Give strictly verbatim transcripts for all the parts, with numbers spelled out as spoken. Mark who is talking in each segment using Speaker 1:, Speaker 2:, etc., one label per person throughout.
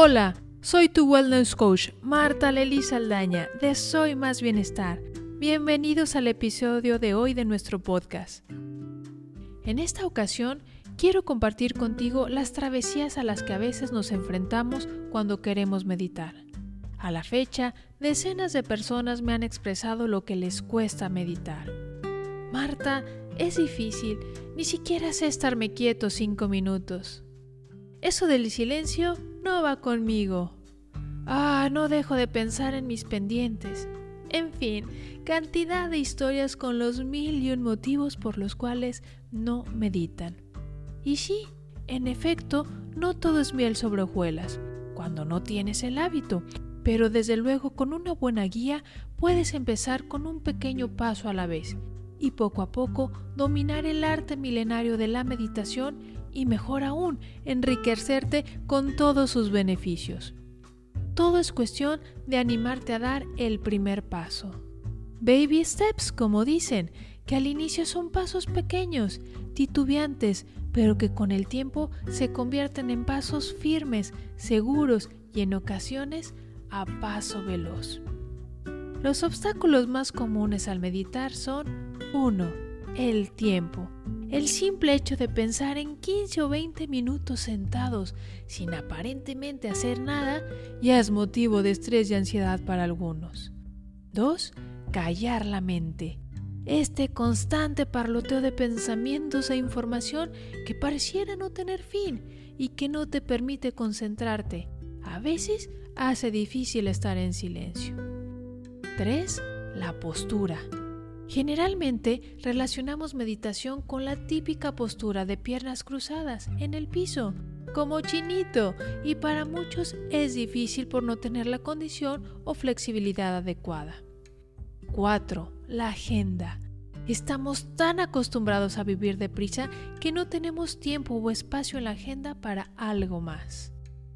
Speaker 1: Hola, soy tu Wellness Coach, Marta Lely Saldaña, de Soy Más Bienestar. Bienvenidos al episodio de hoy de nuestro podcast. En esta ocasión, quiero compartir contigo las travesías a las que a veces nos enfrentamos cuando queremos meditar. A la fecha, decenas de personas me han expresado lo que les cuesta meditar. Marta, es difícil, ni siquiera sé estarme quieto cinco minutos. Eso del silencio no va conmigo. Ah, no dejo de pensar en mis pendientes. En fin, cantidad de historias con los mil y un motivos por los cuales no meditan. Y sí, en efecto, no todo es miel sobre hojuelas, cuando no tienes el hábito, pero desde luego con una buena guía puedes empezar con un pequeño paso a la vez y poco a poco dominar el arte milenario de la meditación y mejor aún, enriquecerte con todos sus beneficios. Todo es cuestión de animarte a dar el primer paso. Baby steps, como dicen, que al inicio son pasos pequeños, titubeantes, pero que con el tiempo se convierten en pasos firmes, seguros y en ocasiones a paso veloz. Los obstáculos más comunes al meditar son uno. El tiempo. El simple hecho de pensar en quince o veinte minutos sentados sin aparentemente hacer nada ya es motivo de estrés y ansiedad para algunos. dos. Callar la mente. Este constante parloteo de pensamientos e información que pareciera no tener fin y que no te permite concentrarte, a veces hace difícil estar en silencio. tres. La postura. Generalmente relacionamos meditación con la típica postura de piernas cruzadas en el piso, como chinito, y para muchos es difícil por no tener la condición o flexibilidad adecuada. cuatro. La agenda. Estamos tan acostumbrados a vivir deprisa que no tenemos tiempo o espacio en la agenda para algo más.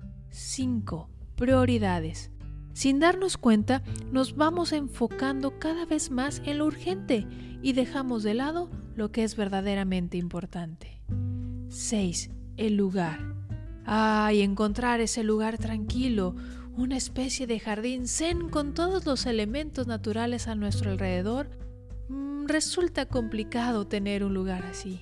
Speaker 1: cinco. Prioridades. Sin darnos cuenta, nos vamos enfocando cada vez más en lo urgente y dejamos de lado lo que es verdaderamente importante. seis. El lugar. Ay, encontrar ese lugar tranquilo, una especie de jardín zen con todos los elementos naturales a nuestro alrededor. Mmm, resulta complicado tener un lugar así.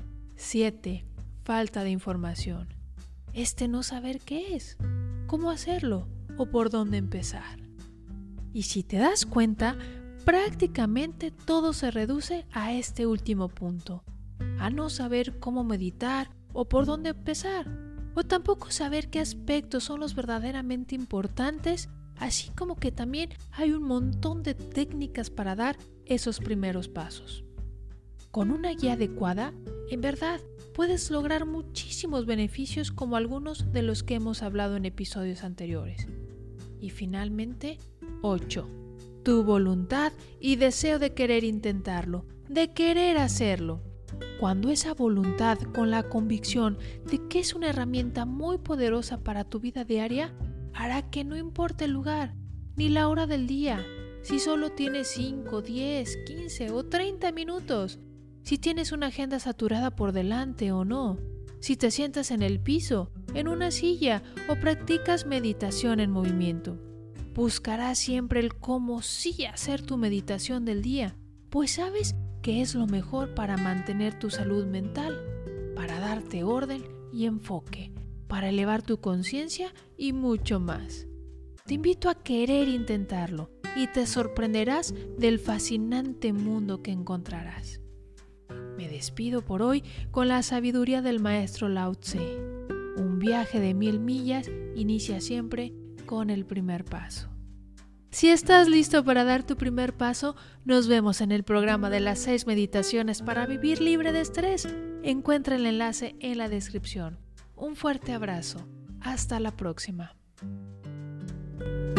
Speaker 1: siete. Falta de información. Este no saber qué es, cómo hacerlo o por dónde empezar. Y si te das cuenta, prácticamente todo se reduce a este último punto, a no saber cómo meditar o por dónde empezar, o tampoco saber qué aspectos son los verdaderamente importantes, así como que también hay un montón de técnicas para dar esos primeros pasos. Con una guía adecuada, en verdad, puedes lograr muchísimos beneficios como algunos de los que hemos hablado en episodios anteriores. Y finalmente, ocho. Tu voluntad y deseo de querer intentarlo, de querer hacerlo. Cuando esa voluntad con la convicción de que es una herramienta muy poderosa para tu vida diaria, hará que no importe el lugar ni la hora del día, si solo tienes cinco, diez, quince o treinta minutos, si tienes una agenda saturada por delante o no, si te sientas en el piso, en una silla o practicas meditación en movimiento. Buscarás siempre el cómo sí hacer tu meditación del día, pues sabes que es lo mejor para mantener tu salud mental, para darte orden y enfoque, para elevar tu conciencia y mucho más. Te invito a querer intentarlo y te sorprenderás del fascinante mundo que encontrarás. Me despido por hoy con la sabiduría del maestro Lao Tse. Un viaje de mil millas inicia siempre con el primer paso. Si estás listo para dar tu primer paso, nos vemos en el programa de las seis meditaciones para vivir libre de estrés. Encuentra el enlace en la descripción. Un fuerte abrazo. Hasta la próxima.